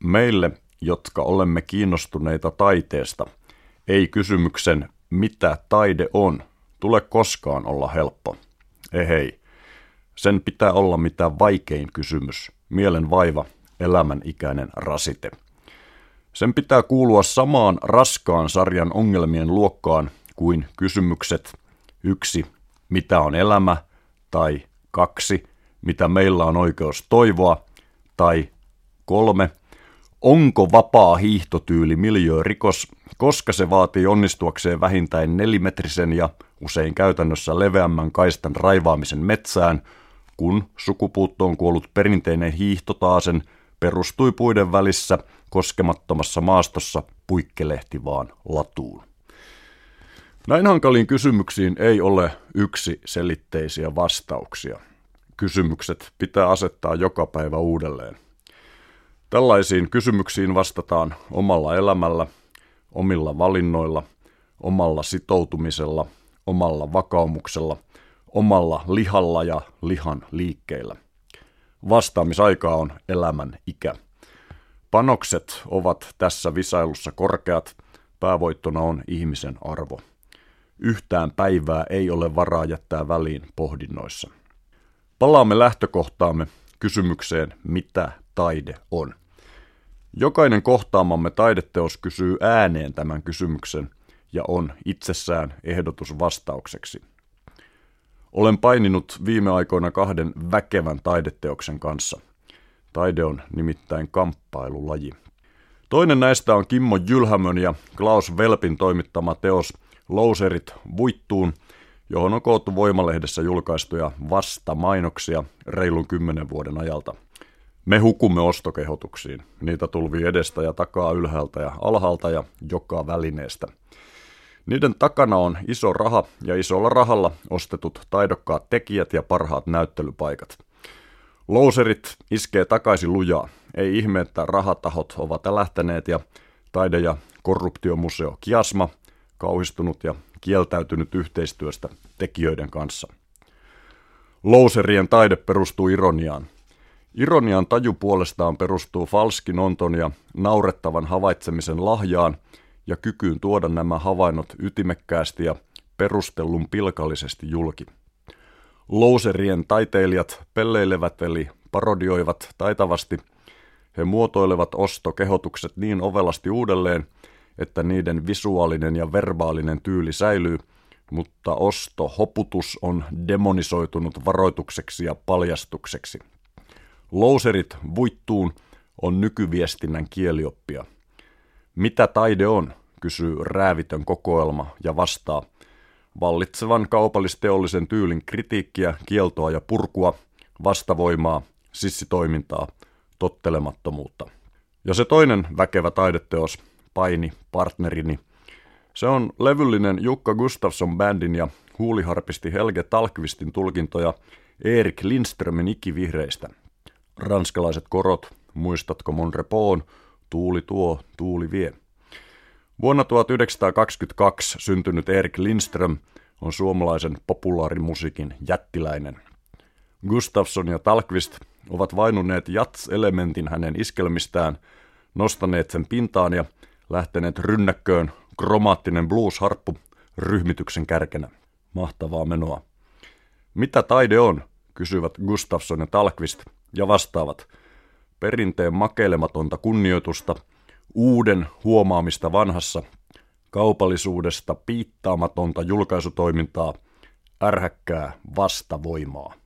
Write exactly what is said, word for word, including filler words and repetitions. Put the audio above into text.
Meille, jotka olemme kiinnostuneita taiteesta, ei kysymyksen mitä taide on, tule koskaan olla helppo. Ehei, sen pitää olla mitä vaikein kysymys, mielen vaiva, elämän ikäinen rasite. Sen pitää kuulua samaan raskaan sarjan ongelmien luokkaan kuin kysymykset yksi, mitä on elämä, tai kaksi, mitä meillä on oikeus toivoa, tai kolme, onko vapaa hiihtotyyli miljöörikos, koska se vaatii onnistuakseen vähintään nelimetrisen ja usein käytännössä leveämmän kaistan raivaamisen metsään, kun sukupuuttoon kuollut perinteinen hiihto taasen perustui puiden välissä koskemattomassa maastossa puikkelehtivaan latuun. Näin hankaliin kysymyksiin ei ole yksiselitteisiä vastauksia. Kysymykset pitää asettaa joka päivä uudelleen. Tällaisiin kysymyksiin vastataan omalla elämällä, omilla valinnoilla, omalla sitoutumisella, omalla vakaumuksella, omalla lihalla ja lihan liikkeillä. Vastaamisaikaa on elämän ikä. Panokset ovat tässä visailussa korkeat, päävoittona on ihmisen arvo. Yhtään päivää ei ole varaa jättää väliin pohdinnoissa. Palaamme lähtökohtaamme kysymykseen, mitä taide on. Jokainen kohtaamamme taideteos kysyy ääneen tämän kysymyksen ja on itsessään ehdotus vastaukseksi. Olen paininut viime aikoina kahden väkevän taideteoksen kanssa. Taide on nimittäin kamppailulaji. Toinen näistä on Kimmo Jylhämön ja Klaus Velpin toimittama teos Louserit Vuittuun, johon on koottu Voimalehdessä julkaistuja vastamainoksia reilun kymmenen vuoden ajalta. Me hukumme ostokehotuksiin. Niitä tulvii edestä ja takaa, ylhäältä ja alhaalta ja joka välineestä. Niiden takana on iso raha ja isolla rahalla ostetut taidokkaat tekijät ja parhaat näyttelypaikat. Louserit iskee takaisin lujaa. Ei ihme, että rahatahot ovat lähteneet ja taide- ja korruptiomuseo Kiasma kauhistunut ja kieltäytynyt yhteistyöstä tekijöiden kanssa. Louserien taide perustuu ironiaan. Ironian taju puolestaan perustuu falskinonton ja naurettavan havaitsemisen lahjaan ja kykyyn tuoda nämä havainnot ytimekkäästi ja perustellun pilkallisesti julki. Louserien taiteilijat pelleilevät eli parodioivat taitavasti. He muotoilevat ostokehotukset niin ovelasti uudelleen, että niiden visuaalinen ja verbaalinen tyyli säilyy, mutta ostohoputus on demonisoitunut varoitukseksi ja paljastukseksi. Louserit Vuittuun on nykyviestinnän kielioppia. Mitä taide on, kysyy räävitön kokoelma ja vastaa vallitsevan kaupallisteollisen tyylin kritiikkiä, kieltoa ja purkua, vastavoimaa, sissitoimintaa, tottelemattomuutta. Ja se toinen väkevä taideteos, Paini, partnerini, se on levyllinen Jukka Gustafsson bändin ja huuliharpisti Helge Tallqvistin tulkintoja Erik Lindströmin ikivihreistä. Ranskalaiset korot, muistatko mon repoon, tuuli tuo, tuuli vie. Vuonna tuhatyhdeksänsataakaksikymmentäkaksi syntynyt Erik Lindström on suomalaisen populaarimusiikin jättiläinen. Gustafsson ja Tallqvist ovat vainuneet jats-elementin hänen iskelmistään, nostaneet sen pintaan ja lähteneet rynnäkköön kromaattinen blues-harppu ryhmityksen kärkenä. Mahtavaa menoa. Mitä taide on, kysyvät Gustafsson ja Tallqvist ja vastaavat. Perinteen makeilematonta kunnioitusta, uuden huomaamista vanhassa, kaupallisuudesta piittaamatonta julkaisutoimintaa, ärhäkkää vastavoimaa.